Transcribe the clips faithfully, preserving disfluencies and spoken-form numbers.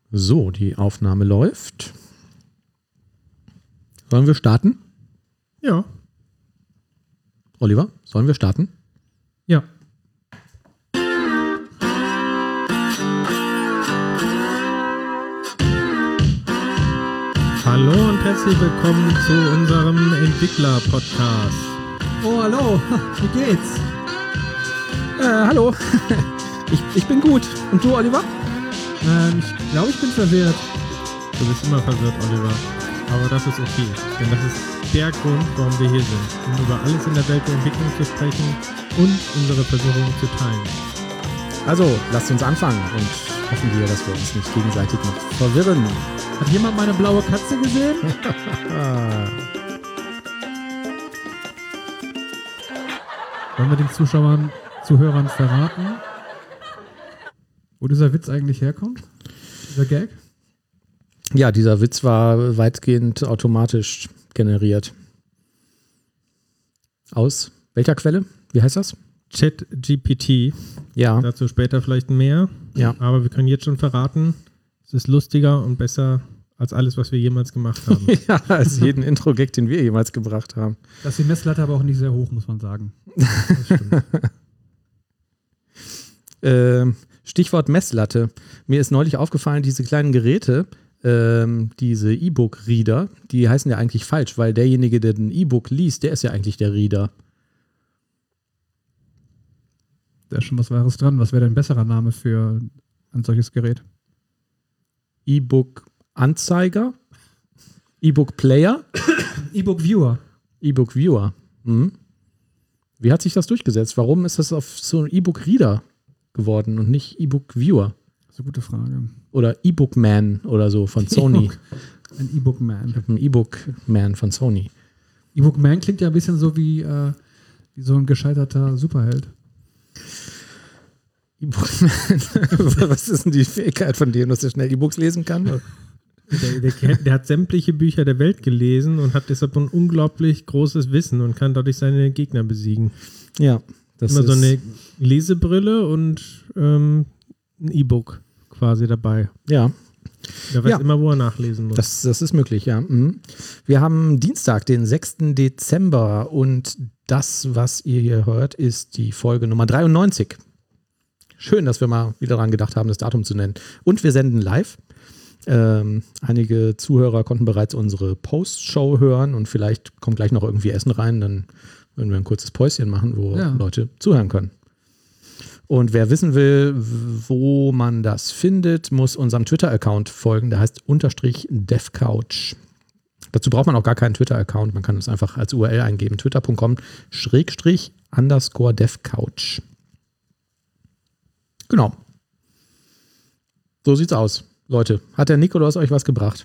So, die Aufnahme läuft. Sollen wir starten? Ja. Oliver, sollen wir starten? Ja. Hallo und herzlich willkommen zu unserem Entwickler-Podcast. Oh, hallo. Wie geht's? Äh, hallo. ich, ich bin gut. Und du, Oliver? Ähm, ich glaube, ich bin verwirrt. Du bist immer verwirrt, Oliver. Aber das ist okay, denn das ist der Grund, warum wir hier sind, um über alles in der Welt der Entwicklung zu sprechen und unsere Versuchungen zu teilen. Also, lasst uns anfangen und hoffen wir, dass wir uns nicht gegenseitig noch verwirren. Hat jemand meine blaue Katze gesehen? Wollen wir den Zuschauern, Zuhörern verraten, wo dieser Witz eigentlich herkommt? Dieser Gag? Ja, dieser Witz war weitgehend automatisch generiert. Aus welcher Quelle? Wie heißt das? ChatGPT. Ja. Dazu später vielleicht mehr. Ja. Aber wir können jetzt schon verraten, es ist lustiger und besser als alles, was wir jemals gemacht haben. Ja, als jeden Intro-Gag, den wir jemals gebracht haben. Das ist die Messlatte aber auch nicht sehr hoch, muss man sagen. Das stimmt. ähm, Stichwort Messlatte. Mir ist neulich aufgefallen, diese kleinen Geräte, ähm, diese E-Book-Reader, die heißen ja eigentlich falsch, weil derjenige, der ein E-Book liest, der ist ja eigentlich der Reader. Da ist schon was Wahres dran. Was wäre denn ein besserer Name für ein solches Gerät? E-Book-Anzeiger? E-Book-Player? E-Book-Viewer. E-Book-Viewer. Mhm. Wie hat sich das durchgesetzt? Warum ist das auf so ein E-Book-Reader geworden und nicht E-Book-Viewer? Das ist eine gute Frage. Oder E-Book-Man oder so von Sony. Ein E-Book-Man. Ich habe einen E-Book-Man von Sony. E-Book-Man klingt ja ein bisschen so wie, äh, wie so ein gescheiterter Superheld. E-Book-Man. Was ist denn die Fähigkeit von dem, dass er schnell E-Books lesen kann? Der, der, der hat sämtliche Bücher der Welt gelesen und hat deshalb ein unglaublich großes Wissen und kann dadurch seine Gegner besiegen. Ja. Das Immer ist so eine Lesebrille und ähm, ein E-Book quasi dabei. Ja. Der weiß Ja. immer, wo er nachlesen muss. Das, das ist möglich, ja. Mhm. Wir haben Dienstag, den sechsten Dezember und das, was ihr hier hört, ist die Folge Nummer dreiundneunzig. Schön, dass wir mal wieder daran gedacht haben, das Datum zu nennen. Und wir senden live. Ähm, einige Zuhörer konnten bereits unsere Post-Show hören und vielleicht kommt gleich noch irgendwie Essen rein, dann würden wir ein kurzes Päuschen machen, wo Ja. Leute zuhören können. Und wer wissen will, wo man das findet, muss unserem Twitter-Account folgen. Der heißt unterstrich devcouch. Dazu braucht man auch gar keinen Twitter-Account. Man kann es einfach als U R L eingeben. twitter.com schrägstrich underscore devcouch. Genau. So sieht's aus. Leute, hat der Nikolaus euch was gebracht?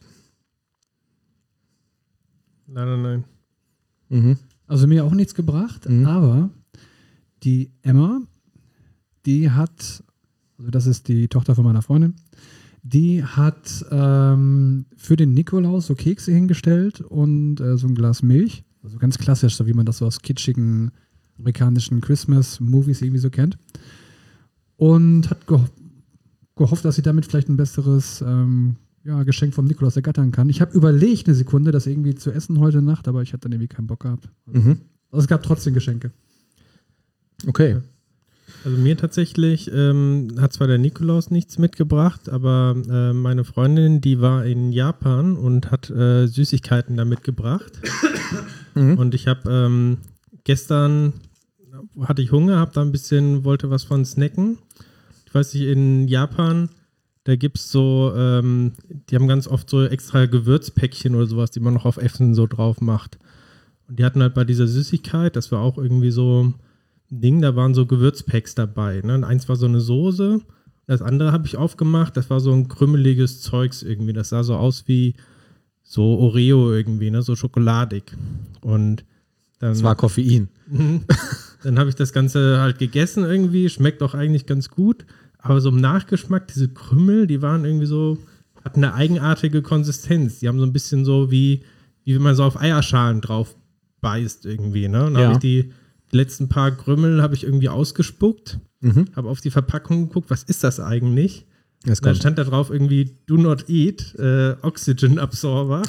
Nein, nein, nein. Mhm. Also mir auch nichts gebracht, Mhm. aber die Emma, die hat, also das ist die Tochter von meiner Freundin, die hat ähm, für den Nikolaus so Kekse hingestellt und äh, so ein Glas Milch. Also ganz klassisch, so wie man das so aus kitschigen amerikanischen Christmas-Movies irgendwie so kennt. Und hat geho- gehofft, dass sie damit vielleicht ein besseres ähm, ja, Geschenk vom Nikolaus ergattern kann. Ich habe überlegt eine Sekunde, das irgendwie zu essen heute Nacht, aber ich hatte dann irgendwie keinen Bock gehabt. Mhm. Also es gab trotzdem Geschenke. Okay. Also mir tatsächlich ähm, hat zwar der Nikolaus nichts mitgebracht, aber äh, meine Freundin, die war in Japan und hat äh, Süßigkeiten da mitgebracht. Mhm. Und ich habe ähm, gestern, hatte ich Hunger, habe da ein bisschen, wollte was von snacken. Ich weiß nicht, in Japan, da gibt es so, ähm, die haben ganz oft so extra Gewürzpäckchen oder sowas, die man noch auf Essen so drauf macht. Und die hatten halt bei dieser Süßigkeit, das war auch irgendwie so ein Ding, da waren so Gewürzpacks dabei. Ne? Und eins war so eine Soße, das andere habe ich aufgemacht, das war so ein krümeliges Zeugs irgendwie. Das sah so aus wie so Oreo irgendwie, ne? So schokoladig. Und dann, Das war Koffein. dann habe ich das Ganze halt gegessen irgendwie, schmeckt auch eigentlich ganz gut. Aber so im Nachgeschmack, diese Krümel, die waren irgendwie so, hatten eine eigenartige Konsistenz. Die haben so ein bisschen so wie, wie wenn man so auf Eierschalen drauf beißt irgendwie, ne? Und dann Ja. habe ich die letzten paar Krümel habe ich irgendwie ausgespuckt, Mhm. habe auf die Verpackung geguckt, was ist das eigentlich? Das Da kommt. stand da drauf irgendwie Do not eat, äh, Oxygen Absorber.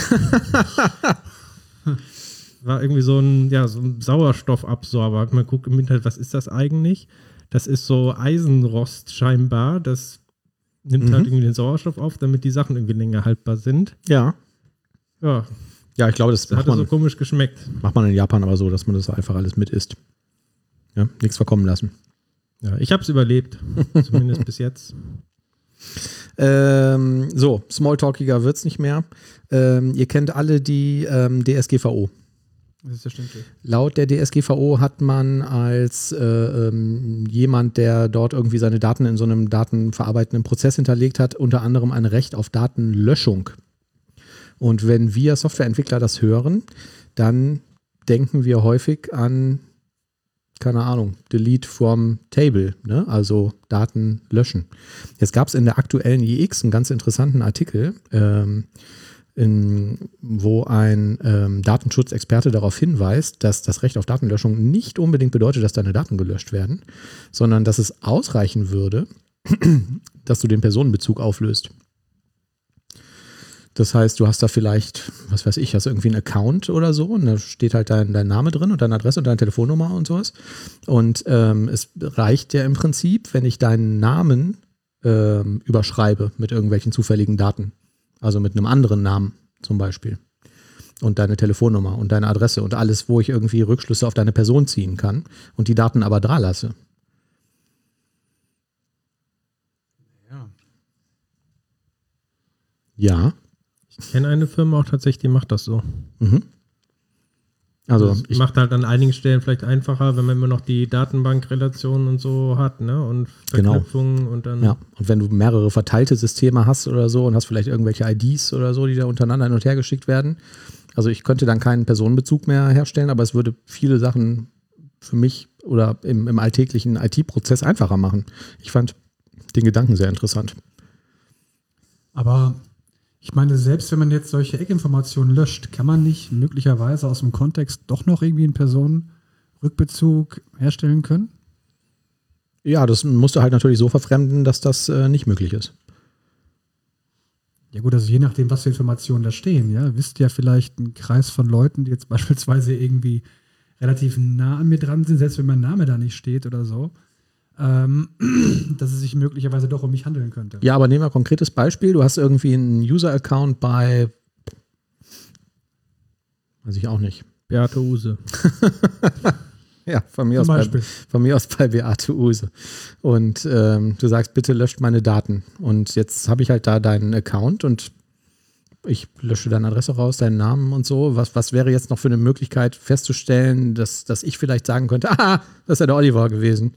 War irgendwie so ein, ja, so ein Sauerstoffabsorber. Man guckt im Internet, was ist das eigentlich? Das ist so Eisenrost scheinbar. Das nimmt Mhm. halt irgendwie den Sauerstoff auf, damit die Sachen irgendwie länger haltbar sind. Ja. Ja, Ja, ich glaube, das das macht hat so man, komisch geschmeckt. macht man in Japan aber so, dass man das einfach alles mit isst. Ja, nichts verkommen lassen. Ja, ich habe es überlebt. Zumindest bis jetzt. Ähm, so, Smalltalkiger wird es nicht mehr. Ähm, ihr kennt alle die ähm, D S G V O. Das ist ja stimmt. Laut der D S G V O hat man als äh, ähm, jemand, der dort irgendwie seine Daten in so einem datenverarbeitenden Prozess hinterlegt hat, unter anderem ein Recht auf Datenlöschung. Und wenn wir Softwareentwickler das hören, dann denken wir häufig an, keine Ahnung, Delete from Table, ne? Also Daten löschen. Jetzt gab es in der aktuellen I X einen ganz interessanten Artikel, ähm, in, wo ein ähm, Datenschutzexperte darauf hinweist, dass das Recht auf Datenlöschung nicht unbedingt bedeutet, dass deine Daten gelöscht werden, sondern dass es ausreichen würde, dass du den Personenbezug auflöst. Das heißt, du hast da vielleicht, was weiß ich, hast irgendwie einen Account oder so und da steht halt dein, dein Name drin und deine Adresse und deine Telefonnummer und sowas. Und ähm, es reicht ja im Prinzip, wenn ich deinen Namen ähm, überschreibe mit irgendwelchen zufälligen Daten. Also mit einem anderen Namen zum Beispiel. Und deine Telefonnummer und deine Adresse und alles, wo ich irgendwie Rückschlüsse auf deine Person ziehen kann und die Daten aber da lasse. Ja. Ja. Ich kenne eine Firma auch tatsächlich, die macht das so. Mhm. Also das ich, macht halt an einigen Stellen vielleicht einfacher, wenn man immer noch die Datenbankrelationen und so hat, ne? Und Genau. Verknüpfungen und dann. ja, und wenn du mehrere verteilte Systeme hast oder so und hast vielleicht irgendwelche I Ds oder so, die da untereinander hin und her geschickt werden. Also ich könnte dann keinen Personenbezug mehr herstellen, aber es würde viele Sachen für mich oder im, im alltäglichen I T-Prozess einfacher machen. Ich fand den Gedanken sehr interessant. Aber ich meine, selbst wenn man jetzt solche Eckinformationen löscht, kann man nicht möglicherweise aus dem Kontext doch noch irgendwie einen Personenrückbezug herstellen können? Ja, das musst du halt natürlich so verfremden, dass das äh, nicht möglich ist. Ja gut, also je nachdem, was für Informationen da stehen, ja, wisst ihr ja vielleicht einen Kreis von Leuten, die jetzt beispielsweise irgendwie relativ nah an mir dran sind, selbst wenn mein Name da nicht steht oder so, ähm, dass es sich möglicherweise doch um mich handeln könnte. Ja, aber nehmen wir ein konkretes Beispiel. Du hast irgendwie einen User-Account bei, weiß ich auch nicht. Beate Use. Ja, von mir, aus Zum bei, Beispiel. von mir aus bei Beate Use. Und ähm, du sagst, bitte löscht meine Daten. Und jetzt habe ich halt da deinen Account und ich lösche deine Adresse raus, deinen Namen und so. Was, was wäre jetzt noch für eine Möglichkeit festzustellen, dass, dass ich vielleicht sagen könnte, ah, das ist ja der Oliver gewesen.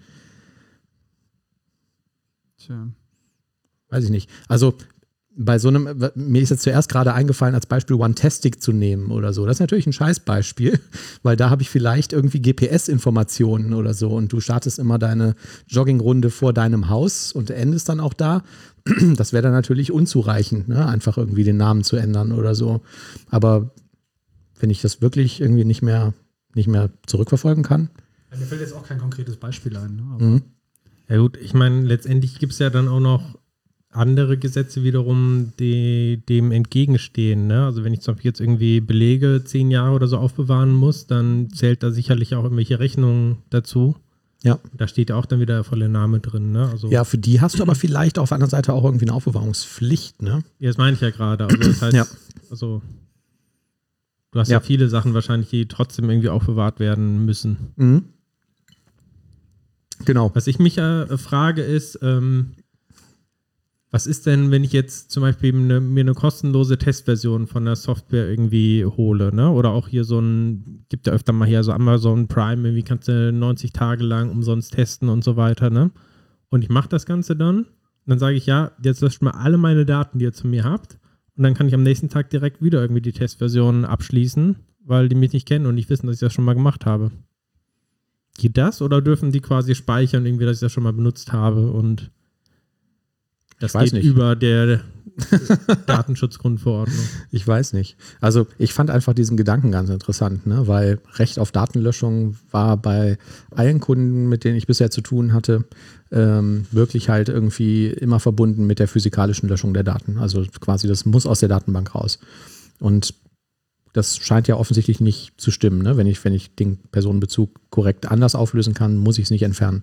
Tja. Weiß ich nicht. Also bei so einem, mir ist jetzt zuerst gerade eingefallen, als Beispiel OneTastic zu nehmen oder so. Das ist natürlich ein Scheißbeispiel, weil da habe ich vielleicht irgendwie G P S-Informationen oder so und du startest immer deine Joggingrunde vor deinem Haus und endest dann auch da. Das wäre dann natürlich unzureichend, ne? Einfach irgendwie den Namen zu ändern oder so. Aber wenn ich das wirklich irgendwie nicht mehr, nicht mehr zurückverfolgen kann. Ja, mir fällt jetzt auch kein konkretes Beispiel ein. Ne? Aber Mhm. Ja gut, ich meine, letztendlich gibt es ja dann auch noch andere Gesetze wiederum, die dem entgegenstehen. Ne? Also wenn ich zum Beispiel jetzt irgendwie Belege zehn Jahre oder so aufbewahren muss, dann zählt da sicherlich auch irgendwelche Rechnungen dazu. Ja. Da steht ja auch dann wieder der volle Name drin. Ne? Also, Ja, für die hast du aber vielleicht auf der anderen Seite auch irgendwie eine Aufbewahrungspflicht, ne? ja, das meine ich ja gerade. Also das heißt, Ja. also du hast ja. Ja. viele Sachen wahrscheinlich, die trotzdem irgendwie aufbewahrt werden müssen. Mhm. Genau. Was ich mich äh, frage ist, ähm, was ist denn, wenn ich jetzt zum Beispiel eine, mir eine kostenlose Testversion von der Software irgendwie hole, ne? Oder auch hier so ein, gibt ja öfter mal hier so Amazon Prime, irgendwie kannst du neunzig Tage lang umsonst testen und so weiter, ne? Und ich mache das Ganze dann und dann sage ich, ja, jetzt löscht mal alle meine Daten, die ihr zu mir habt und dann kann ich am nächsten Tag direkt wieder irgendwie die Testversion abschließen, weil die mich nicht kennen und nicht wissen, dass ich das schon mal gemacht habe. Geht das oder dürfen die quasi speichern, irgendwie, dass ich das schon mal benutzt habe und das weiß geht nicht. über der Datenschutzgrundverordnung. Ich weiß nicht. Also ich fand einfach diesen Gedanken ganz interessant, ne? Weil Recht auf Datenlöschung war bei allen Kunden, mit denen ich bisher zu tun hatte, ähm, wirklich halt irgendwie immer verbunden mit der physikalischen Löschung der Daten. Also quasi das muss aus der Datenbank raus. Und das scheint ja offensichtlich nicht zu stimmen, ne? Wenn ich, wenn ich den Personenbezug korrekt anders auflösen kann, muss ich es nicht entfernen.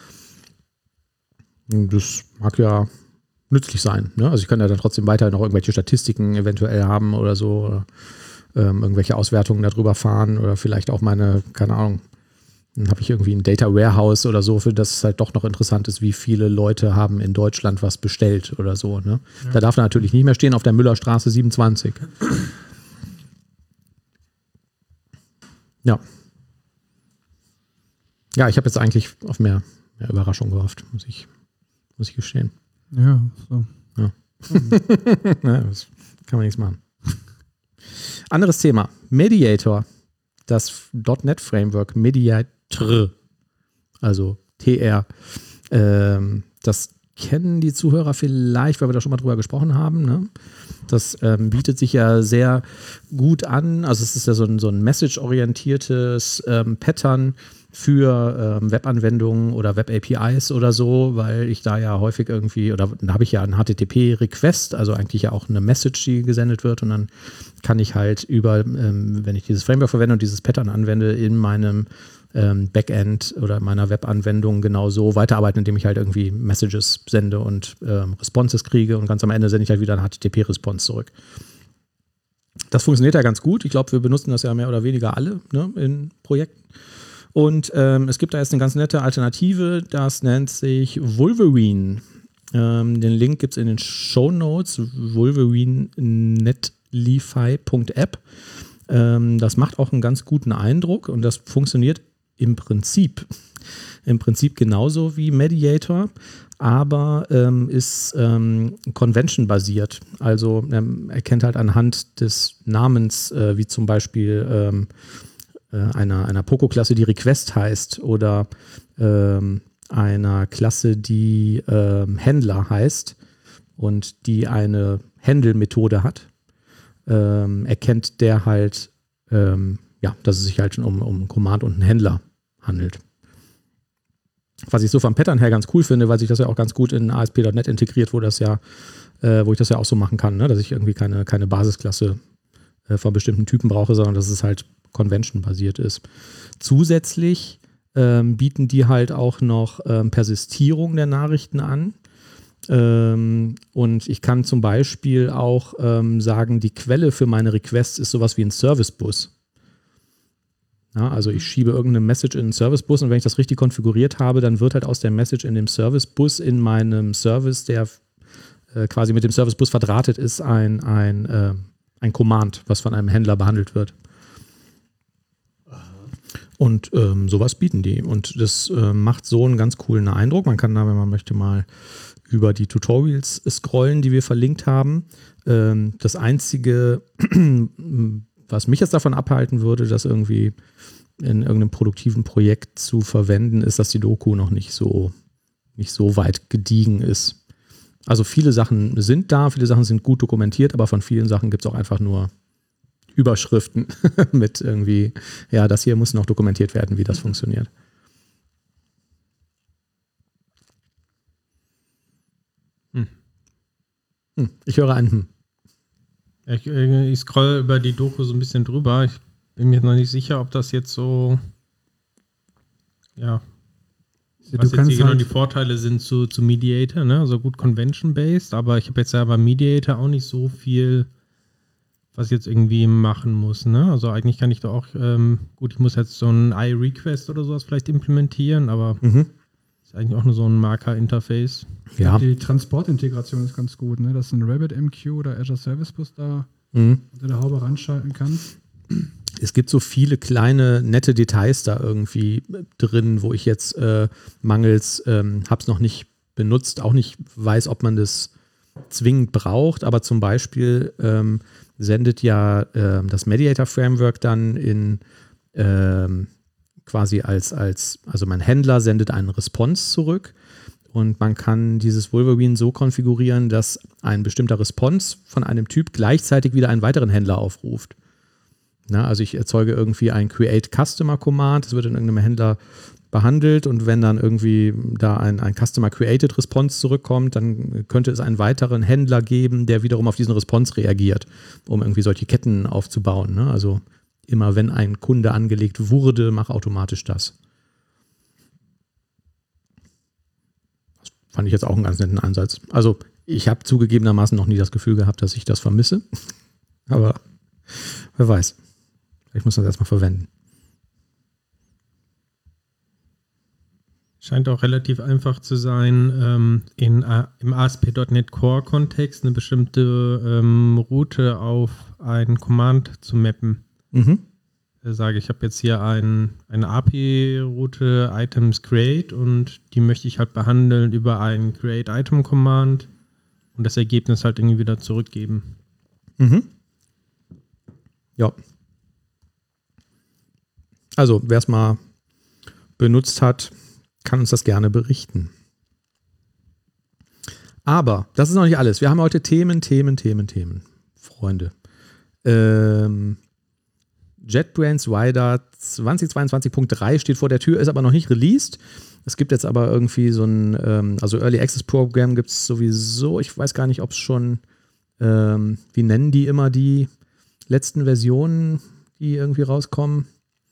Das mag ja nützlich sein. Ne? Also ich kann ja dann trotzdem weiter noch irgendwelche Statistiken eventuell haben oder so, oder, ähm, irgendwelche Auswertungen darüber fahren oder vielleicht auch meine, keine Ahnung, dann habe ich irgendwie ein Data Warehouse oder so, für das es halt doch noch interessant ist, wie viele Leute haben in Deutschland was bestellt oder so. Ne? Ja. Da darf natürlich nicht mehr stehen auf der Müllerstraße siebenundzwanzig. Ja. Ja, ich habe jetzt eigentlich auf mehr, mehr Überraschung gehofft, muss ich, muss ich gestehen. Ja, so. Ja. Ja, das kann man nichts machen. Anderes Thema. Mediator. Das .NET Framework. Mediator. Also T R. Ähm, das kennen die Zuhörer vielleicht, weil wir da schon mal drüber gesprochen haben. Ne? Das ähm, bietet sich ja sehr gut an. Also es ist ja so ein, so ein message-orientiertes ähm, Pattern für ähm, Webanwendungen oder Web-A P Is oder so, weil ich da ja häufig irgendwie, oder da habe ich ja einen H T T P-Request, also eigentlich ja auch eine Message, die gesendet wird, und dann kann ich halt über, ähm, wenn ich dieses Framework verwende und dieses Pattern anwende, in meinem ähm, Backend oder meiner Webanwendung genauso weiterarbeiten, indem ich halt irgendwie Messages sende und ähm, Responses kriege, und ganz am Ende sende ich halt wieder einen H T T P-Response zurück. Das funktioniert ja ganz gut. Ich glaube, wir benutzen das ja mehr oder weniger alle, ne, in Projekten. Und ähm, es gibt da jetzt eine ganz nette Alternative, das nennt sich Wolverine. Ähm, den Link gibt es in den Shownotes, wolverine netlify punkt app. Ähm, das macht auch einen ganz guten Eindruck, und das funktioniert im Prinzip, im Prinzip genauso wie Mediator, aber ähm, ist ähm, convention-basiert. Also ähm, erkennt halt anhand des Namens, äh, wie zum Beispiel ähm, einer, einer Poco-Klasse, die Request heißt, oder ähm, einer Klasse, die ähm, Händler heißt und die eine Handle-Methode hat, ähm, erkennt der halt, ähm, ja, dass es sich halt um, um einen Command und einen Händler handelt. Was ich so vom Pattern her ganz cool finde, weil sich das ja auch ganz gut in A S P Punkt net integriert, wo das ja, äh, wo ich das ja auch so machen kann, ne? Dass ich irgendwie keine, keine Basisklasse äh, von bestimmten Typen brauche, sondern dass es halt Convention-basiert ist. Zusätzlich ähm, bieten die halt auch noch ähm, Persistierung der Nachrichten an. Ähm, und ich kann zum Beispiel auch ähm, sagen, die Quelle für meine Requests ist sowas wie ein Service-Bus. Ja, also ich schiebe irgendeine Message in einen Service-Bus, und wenn ich das richtig konfiguriert habe, dann wird halt aus der Message in dem Service-Bus in meinem Service, der äh, quasi mit dem Service-Bus verdrahtet ist, ein, ein, äh, ein Command, was von einem Händler behandelt wird. Und ähm, sowas bieten die. Und das äh, macht so einen ganz coolen Eindruck. Man kann da, wenn man möchte, mal über die Tutorials scrollen, die wir verlinkt haben. Ähm, das Einzige, was mich jetzt davon abhalten würde, das irgendwie in irgendeinem produktiven Projekt zu verwenden, ist, dass die Doku noch nicht so, nicht so weit gediegen ist. Also viele Sachen sind da, viele Sachen sind gut dokumentiert, aber von vielen Sachen gibt es auch einfach nur Überschriften mit irgendwie, ja, das hier muss noch dokumentiert werden, wie das funktioniert. Hm. Hm. Ich höre einen Hm. Ich, ich scroll über die Doku so ein bisschen drüber. Ich bin mir noch nicht sicher, ob das jetzt so, ja, Ja, was du jetzt hier genau halt die Vorteile sind zu, zu Mediator, ne? Also gut convention-based, aber ich habe jetzt ja bei Mediator auch nicht so viel, was ich jetzt irgendwie machen muss, ne? Also eigentlich kann ich da auch, ähm, gut, ich muss jetzt so ein I-Request oder sowas vielleicht implementieren, aber mhm. ist eigentlich auch nur so ein Marker-Interface. Ja. Die Transportintegration ist ganz gut, ne? Dass ein RabbitMQ oder Azure Service Bus da Mhm. unter der Haube ranschalten kann. Es gibt so viele kleine, nette Details da irgendwie drin, wo ich jetzt äh, mangels, ähm, hab's noch nicht benutzt, auch nicht weiß, ob man das zwingend braucht, aber zum Beispiel ähm, sendet ja äh, das Mediator Framework dann in ähm, quasi als, als, also mein Händler sendet einen Response zurück, und man kann dieses Wolverine so konfigurieren, dass ein bestimmter Response von einem Typ gleichzeitig wieder einen weiteren Händler aufruft. Na, also ich erzeuge irgendwie ein Create Customer Command, das wird in irgendeinem Händler behandelt und wenn dann irgendwie da ein, ein Customer Created Response zurückkommt, dann könnte es einen weiteren Händler geben, der wiederum auf diesen Response reagiert, um irgendwie solche Ketten aufzubauen. Ne? Also immer wenn ein Kunde angelegt wurde, mach automatisch das. Das fand ich jetzt auch einen ganz netten Ansatz. Also ich habe zugegebenermaßen noch nie das Gefühl gehabt, dass ich das vermisse. Aber wer weiß. Ich muss das erstmal verwenden. Scheint auch relativ einfach zu sein, ähm, in, äh, im A S P Punkt NET Core-Kontext eine bestimmte ähm, Route auf ein Command zu mappen. Mhm. Ich sage, ich habe jetzt hier ein, eine A P I-Route Items Create und die möchte ich halt behandeln über ein Create Item Command und das Ergebnis halt irgendwie wieder zurückgeben. Mhm. Ja. Also, wer es mal benutzt hat, kann uns das gerne berichten. Aber das ist noch nicht alles. Wir haben heute Themen, Themen, Themen, Themen. Freunde. Ähm, JetBrains Wider zwanzig zweiundzwanzig Punkt drei steht vor der Tür, ist aber noch nicht released. Es gibt jetzt aber irgendwie so ein, ähm, also Early Access Program gibt es sowieso. Ich weiß gar nicht, ob es schon, ähm, wie nennen die immer die letzten Versionen, die irgendwie rauskommen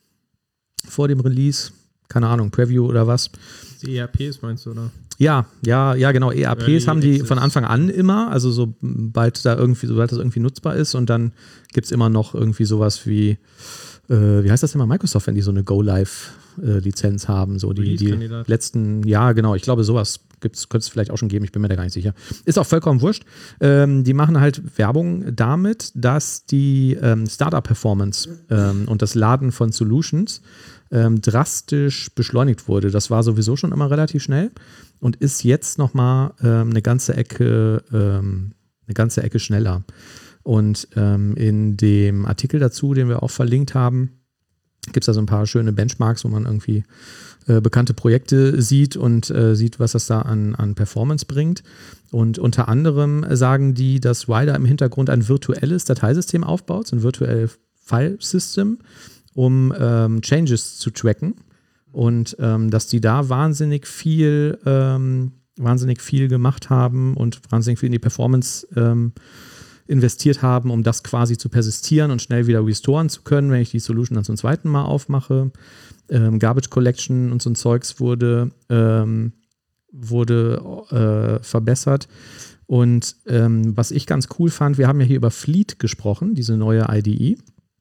vor dem Release? Keine Ahnung, Preview oder was? Die E R Ps meinst du, oder? Ja, ja, ja, genau. E R Ps Early haben die Access. von Anfang an immer, also sobald da irgendwie, sobald das irgendwie nutzbar ist und dann gibt es immer noch irgendwie sowas wie, äh, wie heißt das immer, Microsoft, wenn die so eine Go-Live-Lizenz haben, so die, die Release-Kandidat. letzten, ja, genau, ich glaube, sowas gibt's, könnte es vielleicht auch schon geben, ich bin mir da gar nicht sicher. Ist auch vollkommen wurscht. Ähm, die machen halt Werbung damit, dass die ähm, Startup-Performance ähm, und das Laden von Solutions ähm, drastisch beschleunigt wurde. Das war sowieso schon immer relativ schnell und ist jetzt nochmal ähm, eine ganze Ecke, ähm, eine ganze Ecke schneller. Und ähm, in dem Artikel dazu, den wir auch verlinkt haben, gibt es da so ein paar schöne Benchmarks, wo man irgendwie äh, bekannte Projekte sieht und äh, sieht, was das da an, an Performance bringt. Und unter anderem sagen die, dass Wider im Hintergrund ein virtuelles Dateisystem aufbaut, so ein virtuelles File-System, um ähm, Changes zu tracken. Und ähm, dass die da wahnsinnig viel, ähm, wahnsinnig viel gemacht haben und wahnsinnig viel in die Performance ähm, investiert haben, um das quasi zu persistieren und schnell wieder restoren zu können, wenn ich die Solution dann zum zweiten Mal aufmache. Ähm, Garbage Collection und so ein Zeugs wurde, ähm, wurde äh, verbessert. Und ähm, was ich ganz cool fand, wir haben ja hier über Fleet gesprochen, diese neue I D E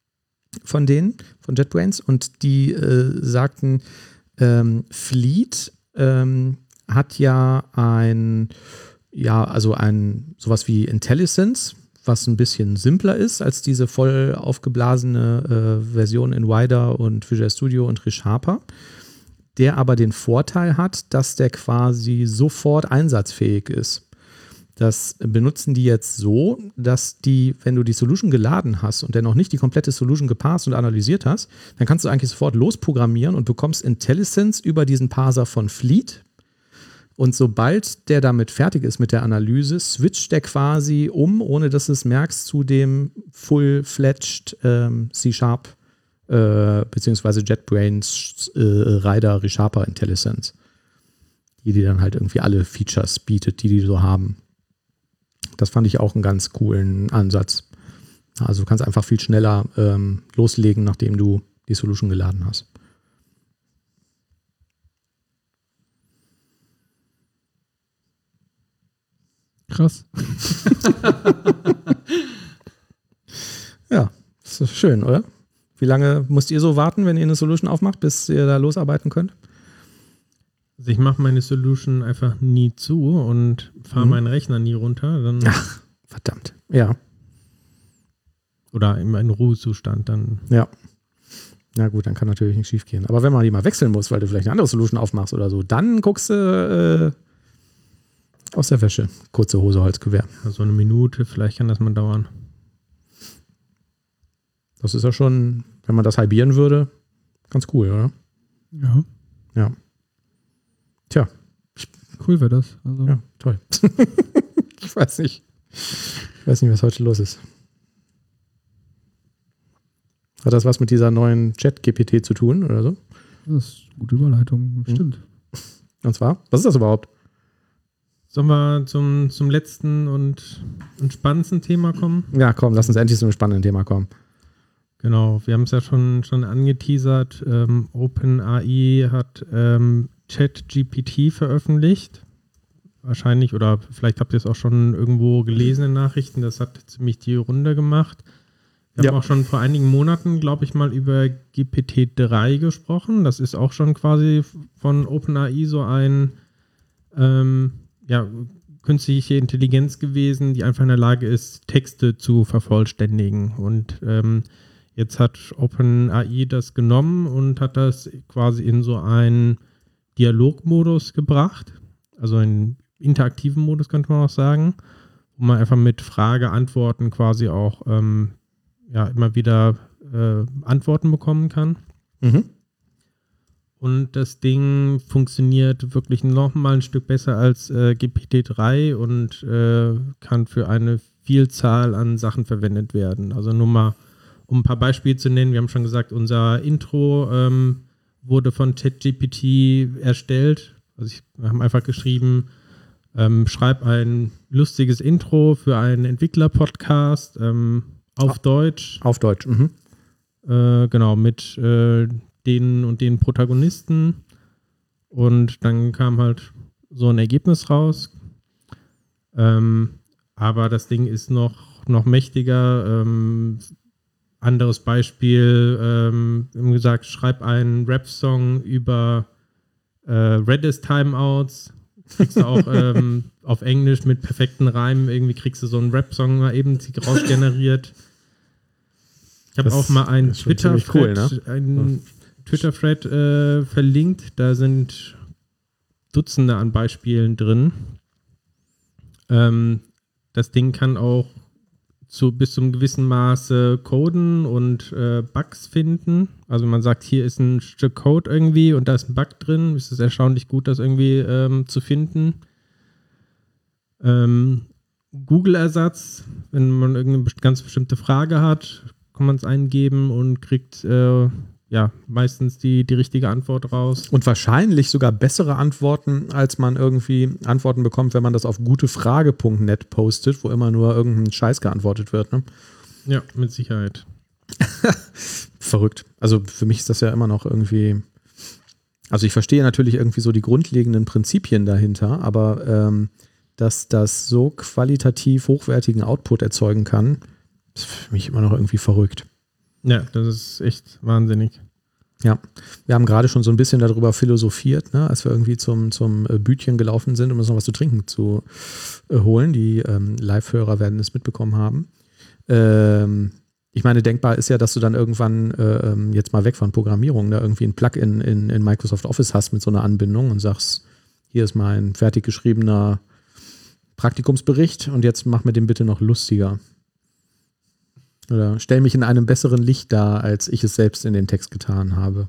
von denen, von JetBrains, und die äh, sagten, ähm, Fleet ähm, hat ja ein, ja, also ein, sowas wie IntelliSense, was ein bisschen simpler ist als diese voll aufgeblasene äh, Version in Wider und Visual Studio und ReSharper, der aber den Vorteil hat, dass der quasi sofort einsatzfähig ist. Das benutzen die jetzt so, dass die, wenn du die Solution geladen hast und dann noch nicht die komplette Solution geparst und analysiert hast, dann kannst du eigentlich sofort losprogrammieren und bekommst IntelliSense über diesen Parser von Fleet. Und sobald der damit fertig ist mit der Analyse, switcht der quasi um, ohne dass du es merkst, zu dem full-fledged ähm, C-Sharp äh, beziehungsweise JetBrains äh, Rider ReSharper IntelliSense, die dir dann halt irgendwie alle Features bietet, die die so haben. Das fand ich auch einen ganz coolen Ansatz. Also du kannst einfach viel schneller ähm, loslegen, nachdem du die Solution geladen hast. Krass. Ja, das ist schön, oder? Wie lange müsst ihr so warten, wenn ihr eine Solution aufmacht, bis ihr da losarbeiten könnt? Also ich mache meine Solution einfach nie zu und fahre Mhm. meinen Rechner nie runter. Dann Ach, verdammt. Ja, oder in meinen Ruhezustand dann. ja. Na gut, dann kann natürlich nichts schief gehen. Aber wenn man die mal wechseln muss, weil du vielleicht eine andere Solution aufmachst oder so, dann guckst du äh, aus der Wäsche. Kurze Hose, Holzgewehr. So also eine Minute, vielleicht kann das mal dauern. Das ist ja schon, wenn man das halbieren würde, ganz cool, oder? Ja. Ja. Tja, ich cool wäre das. Also. Ja, toll. Ich weiß nicht. Ich weiß nicht, was heute los ist. Hat das was mit dieser neuen Chat-G P T zu tun oder so? Das ist eine gute Überleitung, stimmt. Und zwar, was ist das überhaupt? Sollen wir zum, zum letzten und, und spannendsten Thema kommen? Ja, komm, lass uns endlich zu einem spannenden Thema kommen. Genau, wir haben es ja schon, schon angeteasert. Ähm, OpenAI hat ähm, ChatGPT veröffentlicht. Wahrscheinlich, oder vielleicht habt ihr es auch schon irgendwo gelesen in Nachrichten. Das hat ziemlich die Runde gemacht. Wir Ja. haben auch schon vor einigen Monaten, glaube ich, mal über G P T drei gesprochen. Das ist auch schon quasi von OpenAI so ein ähm, ja, künstliche Intelligenz gewesen, die einfach in der Lage ist, Texte zu vervollständigen. Und ähm, jetzt hat OpenAI das genommen und hat das quasi in so einen Dialogmodus gebracht, also einen interaktiven Modus, könnte man auch sagen, wo man einfach mit Frage-Antworten quasi auch ähm, ja, immer wieder äh, Antworten bekommen kann. Mhm. Und das Ding funktioniert wirklich noch mal ein Stück besser als äh, G P T drei und äh, kann für eine Vielzahl an Sachen verwendet werden. Also nur mal, um ein paar Beispiele zu nennen. Wir haben schon gesagt, unser Intro ähm, wurde von ChatGPT erstellt. Also ich, wir haben einfach geschrieben, ähm, schreib ein lustiges Intro für einen Entwickler-Podcast ähm, auf auf Deutsch. Auf Deutsch, mhm. Äh, genau, mit äh, den und den Protagonisten. Und dann kam halt so ein Ergebnis raus. Ähm, aber das Ding ist noch, noch mächtiger. Ähm, anderes Beispiel, ähm, wie gesagt, schreib einen Rap-Song über äh, Redis-Timeouts. Kriegst du auch ähm, auf Englisch mit perfekten Reimen, irgendwie kriegst du so einen Rap-Song mal eben rausgeneriert. Ich habe auch mal einen ist schon Twitter-Thread ziemlich cool, ne? einen Twitter-Thread äh, verlinkt. Da sind Dutzende an Beispielen drin. Ähm, das Ding kann auch zu, bis zu einem gewissen Maße coden und äh, Bugs finden. Also man sagt, hier ist ein Stück Code irgendwie und da ist ein Bug drin. Es ist erstaunlich gut, das irgendwie ähm, zu finden. Ähm, Google-Ersatz, wenn man irgendeine ganz bestimmte Frage hat, kann man es eingeben und kriegt äh, ja meistens die, die richtige Antwort raus. Und wahrscheinlich sogar bessere Antworten, als man irgendwie Antworten bekommt, wenn man das auf gutefrage punkt net postet, wo immer nur irgendein Scheiß geantwortet wird. Ne? Ja, mit Sicherheit. Verrückt. Also für mich ist das ja immer noch irgendwie, also ich verstehe natürlich irgendwie so die grundlegenden Prinzipien dahinter, aber ähm, dass das so qualitativ hochwertigen Output erzeugen kann, ist für mich immer noch irgendwie verrückt. Ja, das ist echt wahnsinnig. Ja, wir haben gerade schon so ein bisschen darüber philosophiert, ne, als wir irgendwie zum, zum Bütchen gelaufen sind, um uns noch was zu trinken zu äh, holen. Die ähm, Live-Hörer werden es mitbekommen haben. Ähm, ich meine, denkbar ist ja, dass du dann irgendwann äh, jetzt mal weg von Programmierung da irgendwie ein Plugin in, in Microsoft Office hast mit so einer Anbindung und sagst, hier ist mein fertig geschriebener Praktikumsbericht und jetzt mach mir den bitte noch lustiger. Oder stell mich in einem besseren Licht dar, als ich es selbst in den Text getan habe.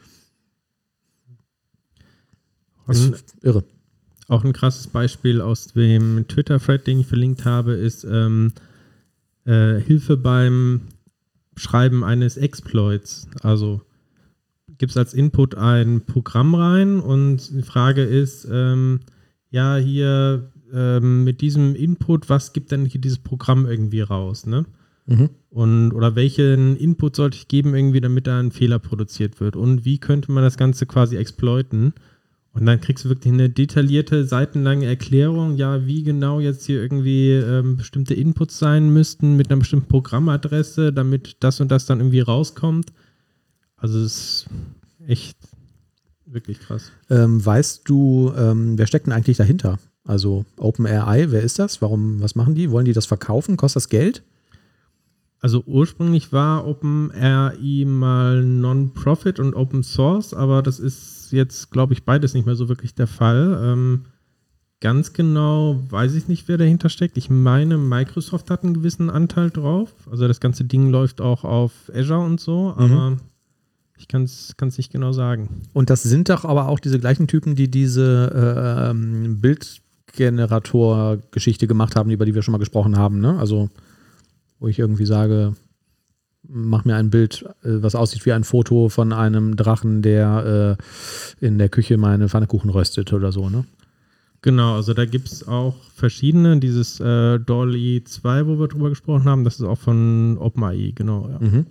Das ist irre. Auch ein krasses Beispiel aus dem Twitter-Thread, den ich verlinkt habe, ist ähm, äh, Hilfe beim Schreiben eines Exploits. Also gibt es als Input ein Programm rein und die Frage ist, ähm, ja, hier ähm, mit diesem Input, was gibt denn hier dieses Programm irgendwie raus, ne? Mhm. Und, oder welchen Input sollte ich geben, irgendwie, damit da ein Fehler produziert wird? Und wie könnte man das Ganze quasi exploiten? Und dann kriegst du wirklich eine detaillierte, seitenlange Erklärung, ja, wie genau jetzt hier irgendwie ähm, bestimmte Inputs sein müssten mit einer bestimmten Programmadresse, damit das und das dann irgendwie rauskommt. Also es ist echt wirklich krass. Ähm, weißt du, ähm, wer steckt denn eigentlich dahinter? Also OpenAI, wer ist das? Warum, was machen die? Wollen die das verkaufen? Kostet das Geld? Also ursprünglich war OpenAI mal Non-Profit und Open Source, aber das ist jetzt, glaube ich, beides nicht mehr so wirklich der Fall. Ähm, ganz genau weiß ich nicht, wer dahinter steckt. Ich meine, Microsoft hat einen gewissen Anteil drauf. Also das ganze Ding läuft auch auf Azure und so, aber mhm. Ich kann es nicht genau sagen. Und das sind doch aber auch diese gleichen Typen, die diese äh, ähm, Bildgenerator-Geschichte gemacht haben, über die wir schon mal gesprochen haben, ne? Also, wo ich irgendwie sage, mach mir ein Bild, äh, was aussieht wie ein Foto von einem Drachen, der äh, in der Küche meine Pfannkuchen röstet oder so, ne? Genau, also da gibt es auch verschiedene. Dieses äh, D A L L-E zwei, wo wir drüber gesprochen haben, das ist auch von OpenAI, genau. Ja. Mhm.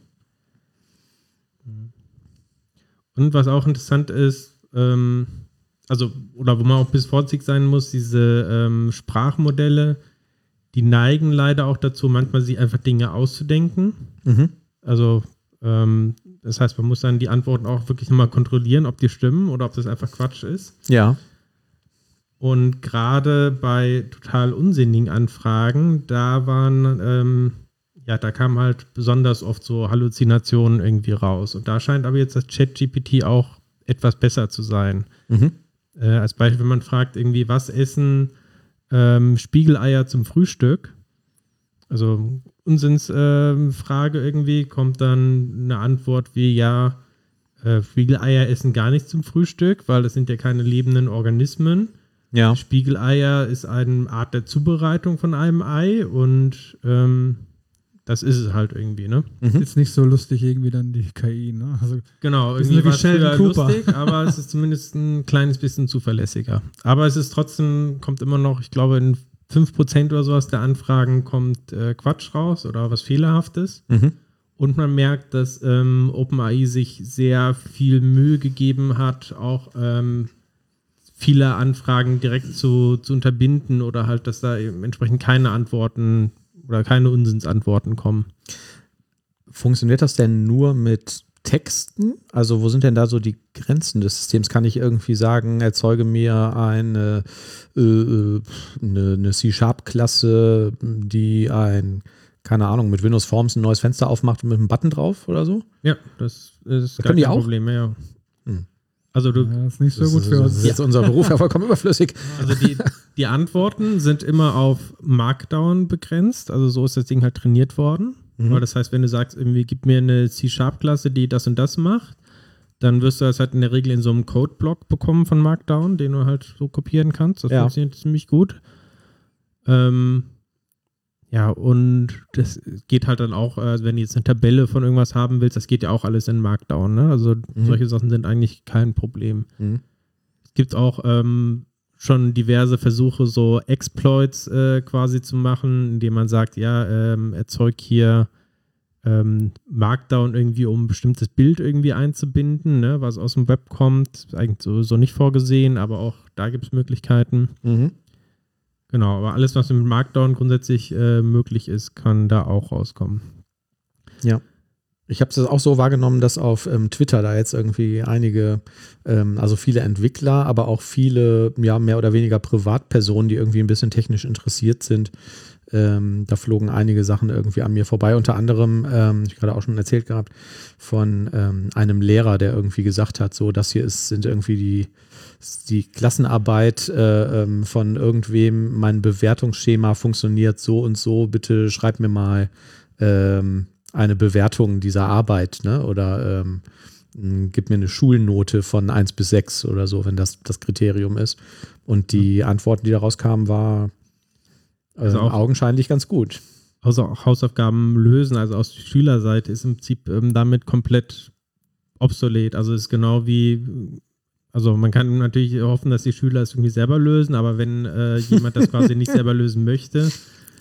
Und was auch interessant ist, ähm, also, oder wo man auch bis vorsichtig sein muss, diese ähm, Sprachmodelle, die neigen leider auch dazu, manchmal sich einfach Dinge auszudenken. Mhm. Also, ähm, das heißt, man muss dann die Antworten auch wirklich nochmal kontrollieren, ob die stimmen oder ob das einfach Quatsch ist. Ja. Und gerade bei total unsinnigen Anfragen, da waren, ähm, ja, da kamen halt besonders oft so Halluzinationen irgendwie raus. Und da scheint aber jetzt das ChatGPT auch etwas besser zu sein. Mhm. Äh, als Beispiel, wenn man fragt, irgendwie, was essen ähm, Spiegeleier zum Frühstück? Also Unsinnsfrage äh, irgendwie, kommt dann eine Antwort wie, ja, äh, Spiegeleier essen gar nicht zum Frühstück, weil das sind ja keine lebenden Organismen. Ja. Spiegeleier ist eine Art der Zubereitung von einem Ei und ähm, das ist es halt irgendwie, ne? Mhm. Ist nicht so lustig irgendwie dann die K I, ne? Also genau, ist irgendwie war es Sheldon früher Cooper. lustig, aber es ist zumindest ein kleines bisschen zuverlässiger. Aber es ist trotzdem, kommt immer noch, ich glaube, in fünf Prozent oder sowas der Anfragen kommt äh, Quatsch raus oder was Fehlerhaftes. Mhm. Und man merkt, dass ähm, OpenAI sich sehr viel Mühe gegeben hat, auch ähm, viele Anfragen direkt zu, zu unterbinden oder halt, dass da eben entsprechend keine Antworten oder keine Unsinnsantworten kommen. Funktioniert das denn nur mit Texten? Also wo sind denn da so die Grenzen des Systems? Kann ich irgendwie sagen, erzeuge mir eine, äh, eine, eine C-Sharp-Klasse, die ein, keine Ahnung, mit Windows Forms ein neues Fenster aufmacht und mit einem Button drauf oder so? Ja, das ist Da gar können die kein auch? Problem mehr. Ja. Hm. Also du, ja, das ist nicht so Das gut ist, für das uns. ist jetzt unser Beruf ja vollkommen überflüssig. Also die, die Antworten sind immer auf Markdown begrenzt. Also so ist das Ding halt trainiert worden. Mhm. Weil das heißt, wenn du sagst, irgendwie gib mir eine C-Sharp-Klasse, die das und das macht, dann wirst du das halt in der Regel in so einem Code-Block bekommen von Markdown, den du halt so kopieren kannst. Das Ja. funktioniert ziemlich gut. Ähm, ja, und das geht halt dann auch, also wenn du jetzt eine Tabelle von irgendwas haben willst, das geht ja auch alles in Markdown. Ne? Also Mhm. solche Sachen sind eigentlich kein Problem. Mhm. Es gibt auch ähm, schon diverse Versuche, so Exploits äh, quasi zu machen, indem man sagt, ja, ähm, erzeug hier ähm, Markdown irgendwie, um ein bestimmtes Bild irgendwie einzubinden, ne, was aus dem Web kommt. Ist eigentlich sowieso nicht vorgesehen, aber auch da gibt es Möglichkeiten. Mhm. Genau, aber alles, was mit Markdown grundsätzlich äh, möglich ist, kann da auch rauskommen. Ja. Ich habe es auch so wahrgenommen, dass auf ähm, Twitter da jetzt irgendwie einige, ähm, also viele Entwickler, aber auch viele, ja, mehr oder weniger Privatpersonen, die irgendwie ein bisschen technisch interessiert sind, ähm, da flogen einige Sachen irgendwie an mir vorbei. Unter anderem, ähm, ich gerade auch schon erzählt gehabt, von ähm, einem Lehrer, der irgendwie gesagt hat, so, das hier ist, sind irgendwie die, die Klassenarbeit äh, ähm, von irgendwem, mein Bewertungsschema funktioniert so und so, bitte schreib mir mal ähm, eine Bewertung dieser Arbeit, ne? Oder ähm, gib mir eine Schulnote von eins bis sechs oder so, wenn das das Kriterium ist. Und die Antworten, die da rauskamen, war äh, Also auch- augenscheinlich ganz gut. Also auch Hausaufgaben lösen, also aus der Schülerseite, ist im Prinzip ähm, damit komplett obsolet. Also ist genau wie, also man kann natürlich hoffen, dass die Schüler es irgendwie selber lösen, aber wenn äh, jemand das quasi nicht selber lösen möchte,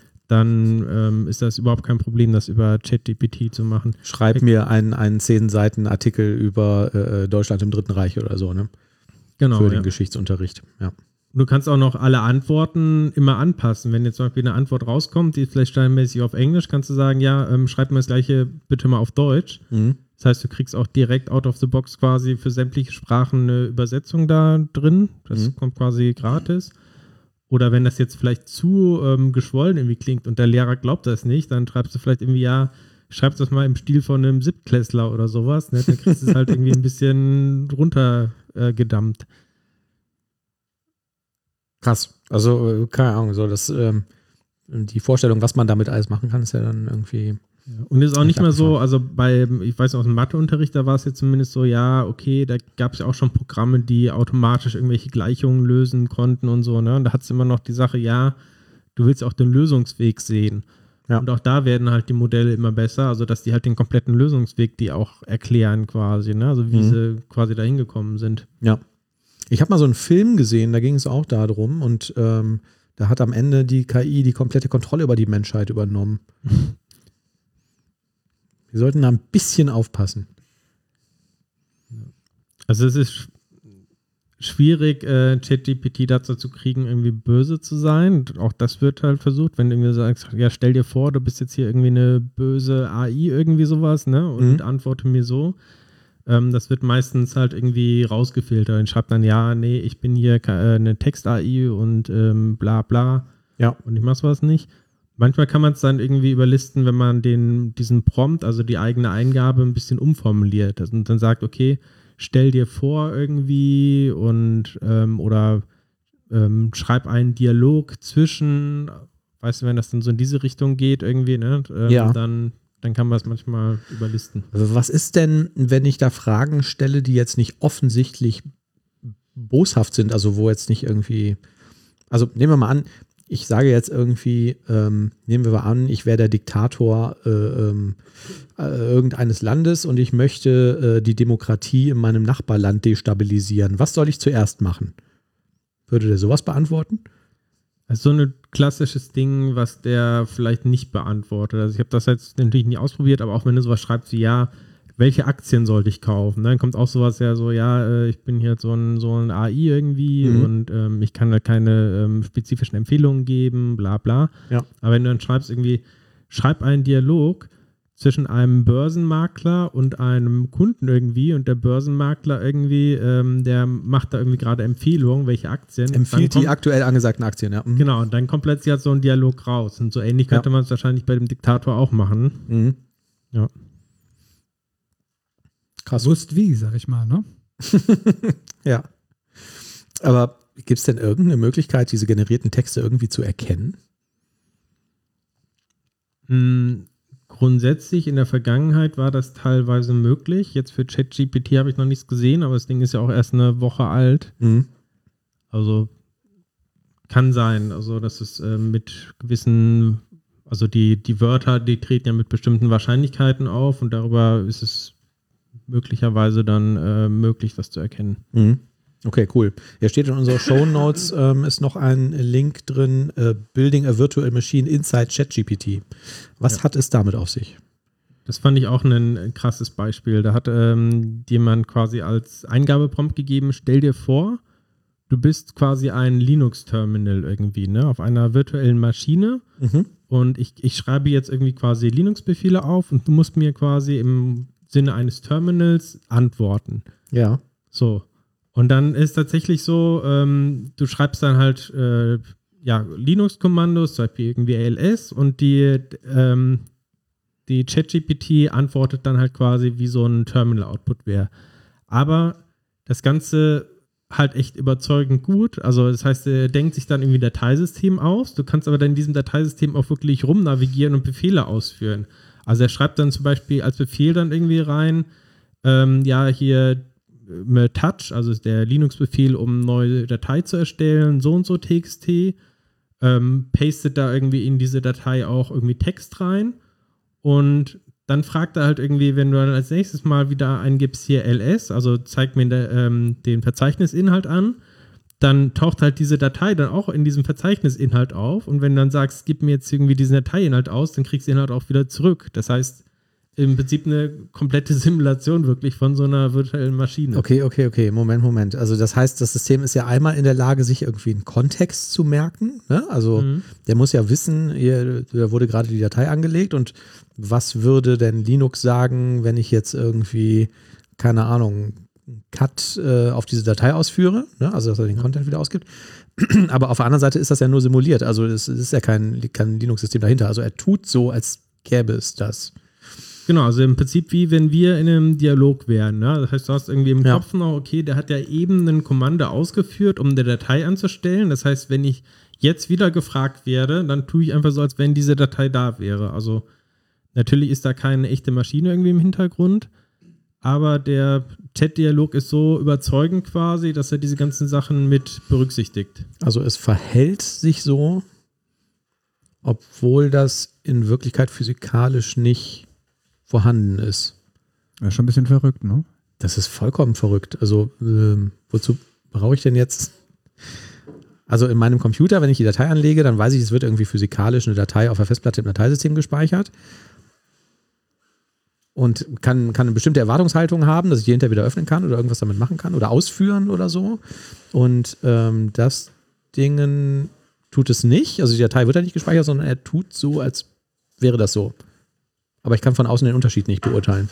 dann ähm, ist das überhaupt kein Problem, das über ChatGPT zu machen. Schreib mir einen, einen zehn Seiten Artikel über äh, Deutschland im Dritten Reich oder so, ne? Genau. Für Ja. den Geschichtsunterricht. Ja. Du kannst auch noch alle Antworten immer anpassen. Wenn jetzt zum Beispiel eine Antwort rauskommt, die ist vielleicht standardmäßig auf Englisch, kannst du sagen, ja, ähm, schreib mir das gleiche bitte mal auf Deutsch. Mhm. Das heißt, du kriegst auch direkt out of the box quasi für sämtliche Sprachen eine Übersetzung da drin. Das Mhm. kommt quasi gratis. Oder wenn das jetzt vielleicht zu ähm, geschwollen irgendwie klingt und der Lehrer glaubt das nicht, dann schreibst du vielleicht irgendwie, ja, schreibst das mal im Stil von einem Siebtklässler oder sowas. Ne? Dann kriegst du es halt irgendwie ein bisschen runter äh, gedammt. Krass. Also, äh, keine Ahnung, so das, ähm, die Vorstellung, was man damit alles machen kann, ist ja dann irgendwie Und ist auch nicht Ich mehr hab so, also bei, ich weiß aus dem Matheunterricht, da war es jetzt zumindest so, ja, okay, da gab es ja auch schon Programme, die automatisch irgendwelche Gleichungen lösen konnten und so, ne? Und da hat es immer noch die Sache, ja, du willst auch den Lösungsweg sehen. Ja. Und auch da werden halt die Modelle immer besser, also dass die halt den kompletten Lösungsweg, die auch erklären quasi, ne? Also wie Mhm. sie quasi da hingekommen sind. Ja. Ich habe mal so einen Film gesehen, da ging es auch darum und ähm, da hat am Ende die K I die komplette Kontrolle über die Menschheit übernommen. Wir sollten da ein bisschen aufpassen. Also es ist sch- schwierig, äh, ChatGPT dazu zu kriegen, irgendwie böse zu sein. Und auch das wird halt versucht, wenn du irgendwie sagst, ja, stell dir vor, du bist jetzt hier irgendwie eine böse A I, irgendwie sowas, ne? Und Mhm. antworte mir so. Ähm, das wird meistens halt irgendwie rausgefiltert. Und schreibt dann, ja, nee, ich bin hier ke- äh, eine Text-A I und ähm, bla bla. Ja. Und ich mach sowas nicht. Manchmal kann man es dann irgendwie überlisten, wenn man den, diesen Prompt, also die eigene Eingabe, ein bisschen umformuliert. Also, und dann sagt, okay, stell dir vor irgendwie und ähm, oder ähm, schreib einen Dialog zwischen, weißt du, wenn das dann so in diese Richtung geht irgendwie, ne? Ähm, Ja. dann, dann kann man es manchmal überlisten. Was ist denn, wenn ich da Fragen stelle, die jetzt nicht offensichtlich boshaft sind, also wo jetzt nicht irgendwie, also nehmen wir mal an, ich sage jetzt irgendwie, ähm, nehmen wir mal an, ich wäre der Diktator äh, ähm, äh, irgendeines Landes und ich möchte äh, die Demokratie in meinem Nachbarland destabilisieren. Was soll ich zuerst machen? Würde der sowas beantworten? Das ist so ein klassisches Ding, was der vielleicht nicht beantwortet. Also ich habe das jetzt natürlich nie ausprobiert, aber auch wenn du sowas schreibst wie, ja, welche Aktien sollte ich kaufen? Dann kommt auch sowas ja so, ja, äh, ich bin hier so ein, so ein A I irgendwie Mhm. und ähm, ich kann da keine ähm, spezifischen Empfehlungen geben, bla bla. Ja. Aber wenn du dann schreibst irgendwie, schreib einen Dialog zwischen einem Börsenmakler und einem Kunden irgendwie und der Börsenmakler irgendwie, ähm, der macht da irgendwie gerade Empfehlungen, welche Aktien. Empfiehlt Dann die kommt- aktuell angesagten Aktien, ja. Mhm. Genau, und dann kommt plötzlich halt so ein Dialog raus. Und so ähnlich könnte Ja. man es wahrscheinlich bei dem Diktator auch machen. Mhm. Ja. Krass. Wusst wie, sag ich mal, ne? Ja. Aber gibt es denn irgendeine Möglichkeit, diese generierten Texte irgendwie zu erkennen? Hm, grundsätzlich in der Vergangenheit war das teilweise möglich. Jetzt für ChatGPT habe ich noch nichts gesehen, aber das Ding ist ja auch erst eine Woche alt. Mhm. Also kann sein, also dass es äh, mit gewissen, also die, die Wörter, die treten ja mit bestimmten Wahrscheinlichkeiten auf und darüber ist es möglicherweise dann äh, möglich, das zu erkennen. Mhm. Okay, cool. Hier steht in unserer Shownotes ähm, ist noch ein Link drin, äh, Building a Virtual Machine inside ChatGPT. Was Ja. hat es damit auf sich? Das fand ich auch ein krasses Beispiel. Da hat ähm, jemand quasi als Eingabeprompt gegeben, stell dir vor, du bist quasi ein Linux-Terminal irgendwie, ne, auf einer virtuellen Maschine Mhm. und ich, ich schreibe jetzt irgendwie quasi Linux-Befehle auf und du musst mir quasi im Sinne eines Terminals antworten. Ja. So. Und dann ist tatsächlich so, ähm, du schreibst dann halt äh, ja, Linux-Kommandos, zum Beispiel irgendwie A L S und die, ähm, die ChatGPT antwortet dann halt quasi wie so ein Terminal-Output wäre. Aber das Ganze halt echt überzeugend gut. Also das heißt, er denkt sich dann irgendwie ein Dateisystem aus. Du kannst aber dann in diesem Dateisystem auch wirklich rumnavigieren und Befehle ausführen. Also er schreibt dann zum Beispiel als Befehl dann irgendwie rein, ähm, ja, hier äh, Touch, also der Linux-Befehl, um eine neue Datei zu erstellen, so und so T X T, ähm, pastet da irgendwie in diese Datei auch irgendwie Text rein und dann fragt er halt irgendwie, wenn du dann als nächstes mal wieder eingibst hier L S, also zeigt mir der, ähm, den Verzeichnisinhalt an, dann taucht halt diese Datei dann auch in diesem Verzeichnisinhalt auf und wenn du dann sagst, gib mir jetzt irgendwie diesen Dateiinhalt aus, dann kriegst du den halt auch wieder zurück. Das heißt, im Prinzip eine komplette Simulation wirklich von so einer virtuellen Maschine. Okay, okay, okay. Moment, Moment. Also das heißt, das System ist ja einmal in der Lage, sich irgendwie einen Kontext zu merken. Ne? Also Mhm. der muss ja wissen, hier, da wurde gerade die Datei angelegt und was würde denn Linux sagen, wenn ich jetzt irgendwie, keine Ahnung, Cut äh, auf diese Datei ausführe, ne? Also dass er den Ja. Content wieder ausgibt. Aber auf der anderen Seite ist das ja nur simuliert. Also es ist ja kein, kein Linux-System dahinter. Also er tut so, als gäbe es das. Genau, also im Prinzip wie wenn wir in einem Dialog wären. Ne? Das heißt, du hast irgendwie im Ja. Kopf noch, okay, der hat ja eben ein Kommando ausgeführt, um eine Datei anzustellen. Das heißt, wenn ich jetzt wieder gefragt werde, dann tue ich einfach so, als wenn diese Datei da wäre. Also Natürlich ist da keine echte Maschine irgendwie im Hintergrund, aber der Chat-Dialog ist so überzeugend quasi, dass er diese ganzen Sachen mit berücksichtigt. Also es verhält sich so, obwohl das in Wirklichkeit physikalisch nicht vorhanden ist. Ja, schon ein bisschen verrückt, ne? Das ist vollkommen verrückt. Also ähm, wozu brauche ich denn jetzt? Also in meinem Computer, wenn ich die Datei anlege, dann weiß ich, es wird irgendwie physikalisch eine Datei auf der Festplatte im Dateisystem gespeichert. Und kann, kann eine bestimmte Erwartungshaltung haben, dass ich die hinterher wieder öffnen kann oder irgendwas damit machen kann oder ausführen oder so. Und ähm, das Ding tut es nicht. Also die Datei wird ja nicht gespeichert, sondern er tut so, als wäre das so. Aber ich kann von außen den Unterschied nicht beurteilen.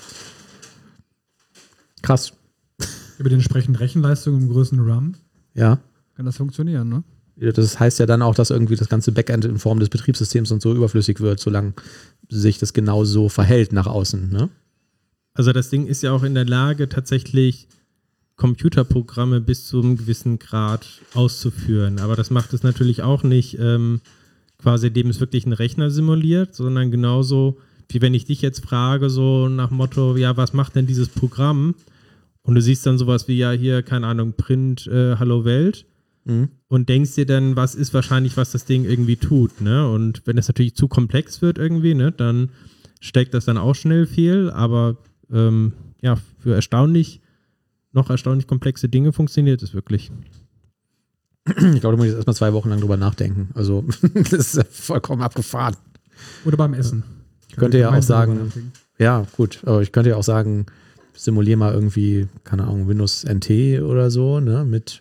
Krass. Über die entsprechenden Rechenleistungen im größeren RAM Ja. kann das funktionieren, ne? Das heißt ja dann auch, dass irgendwie das ganze Backend in Form des Betriebssystems und so überflüssig wird, solange sich das genau so verhält nach außen, ne? Also das Ding ist ja auch in der Lage, tatsächlich Computerprogramme bis zu einem gewissen Grad auszuführen. Aber das macht es natürlich auch nicht ähm, quasi, indem es wirklich einen Rechner simuliert, sondern genauso, wie wenn ich dich jetzt frage, so nach dem Motto, ja, was macht denn dieses Programm? Und du siehst dann sowas wie, ja, hier, keine Ahnung, Print, äh, Hallo Welt. Mhm. Und denkst dir dann, was ist wahrscheinlich, was das Ding irgendwie tut, ne? Und wenn es natürlich zu komplex wird irgendwie, ne, dann steckt das dann auch schnell fehl, aber ähm, ja, für erstaunlich, noch erstaunlich komplexe Dinge funktioniert es wirklich. Ich glaube, da muss ich jetzt erstmal zwei Wochen lang drüber nachdenken. Also, das ist ja vollkommen abgefahren. Oder beim Essen. Ich könnte ja auch sagen, ja, gut, aber ich könnte ja auch sagen, simulier mal irgendwie, keine Ahnung, Windows N T oder so, ne, mit.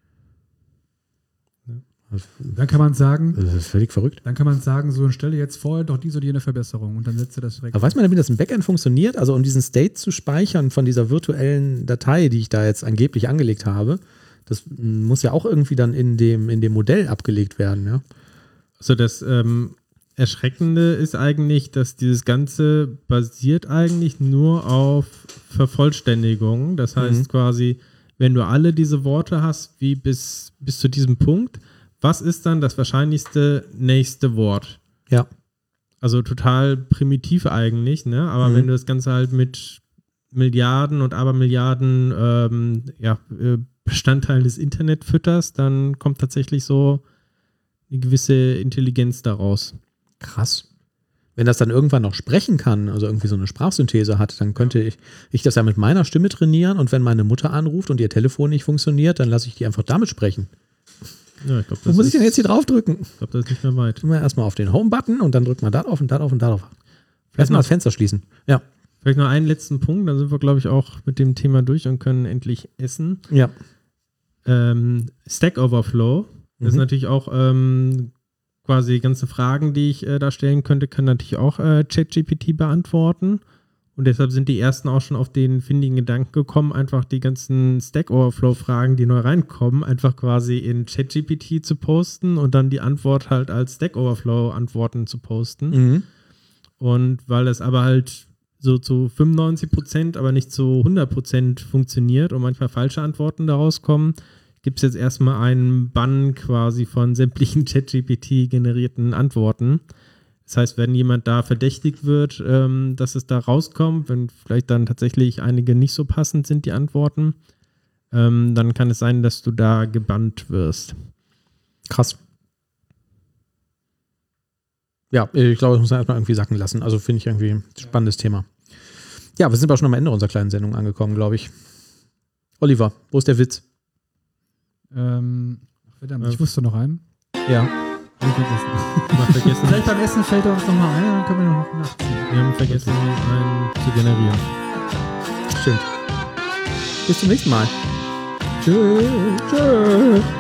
Dann kann man sagen, Das ist völlig verrückt. dann kann man sagen, so stelle jetzt vorher doch diese oder jene Verbesserung und dann setzt er das direkt. Aber weiß man denn, wie das im Backend funktioniert? Also, um diesen State zu speichern von dieser virtuellen Datei, die ich da jetzt angeblich angelegt habe, das muss ja auch irgendwie dann in dem, in dem Modell abgelegt werden, ja? Also das ähm, Erschreckende ist eigentlich, dass dieses Ganze basiert eigentlich nur auf Vervollständigung. Das heißt Mhm. quasi, wenn du alle diese Worte hast, wie bis, bis zu diesem Punkt, was ist dann das wahrscheinlichste nächste Wort? Ja. Also total primitiv eigentlich, ne? Aber Mhm. wenn du das Ganze halt mit Milliarden und Abermilliarden ähm, ja, äh, Bestandteilen des Internet fütterst, dann kommt tatsächlich so eine gewisse Intelligenz daraus. Krass. Wenn das dann irgendwann noch sprechen kann, also irgendwie so eine Sprachsynthese hat, dann könnte ich, ich das ja mit meiner Stimme trainieren und wenn meine Mutter anruft und ihr Telefon nicht funktioniert, dann lasse ich die einfach damit sprechen. Ja, ich glaube, Wo das, muss ich ist- denn jetzt hier draufdrücken? ich glaub, das ist nicht mehr weit. Drücken wir erstmal auf den Home-Button und dann drückt man da drauf und da drauf und da drauf. Erstmal noch- das Fenster schließen. Ja. Vielleicht noch einen letzten Punkt, dann sind wir, glaube ich, auch mit dem Thema durch und können endlich essen. Ja. Ähm, Stack Overflow, das ist Mhm. natürlich auch ähm, quasi ganze Fragen, die ich äh, da stellen könnte, kann natürlich auch äh, ChatGPT beantworten. Und deshalb sind die ersten auch schon auf den findigen Gedanken gekommen, einfach die ganzen Stack Overflow-Fragen, die neu reinkommen, einfach quasi in ChatGPT zu posten und dann die Antwort halt als Stack Overflow-Antworten zu posten. Mhm. Und weil das aber halt so zu fünfundneunzig Prozent, aber nicht zu hundert Prozent funktioniert und manchmal falsche Antworten daraus kommen, gibt es jetzt erstmal einen Bann quasi von sämtlichen ChatGPT-generierten Antworten. Das heißt, wenn jemand da verdächtigt wird, ähm, dass es da rauskommt, wenn vielleicht dann tatsächlich einige nicht so passend sind, die Antworten, ähm, dann kann es sein, dass du da gebannt wirst. Krass. Ja, ich glaube, das muss man erstmal irgendwie sacken lassen. Also finde ich irgendwie ein spannendes Thema. Ja, wir sind aber schon am Ende unserer kleinen Sendung angekommen, glaube ich. Oliver, wo ist der Witz? Ähm, verdammt, Ja. ich wusste noch einen. Ja. Hab ich vergessen. Mal vergessen, Vielleicht beim Essen fällt er uns nochmal ein, dann können wir noch nachziehen. wir haben vergessen, einen zu generieren. Stimmt. Bis zum nächsten Mal. Tschüss. Tschüss.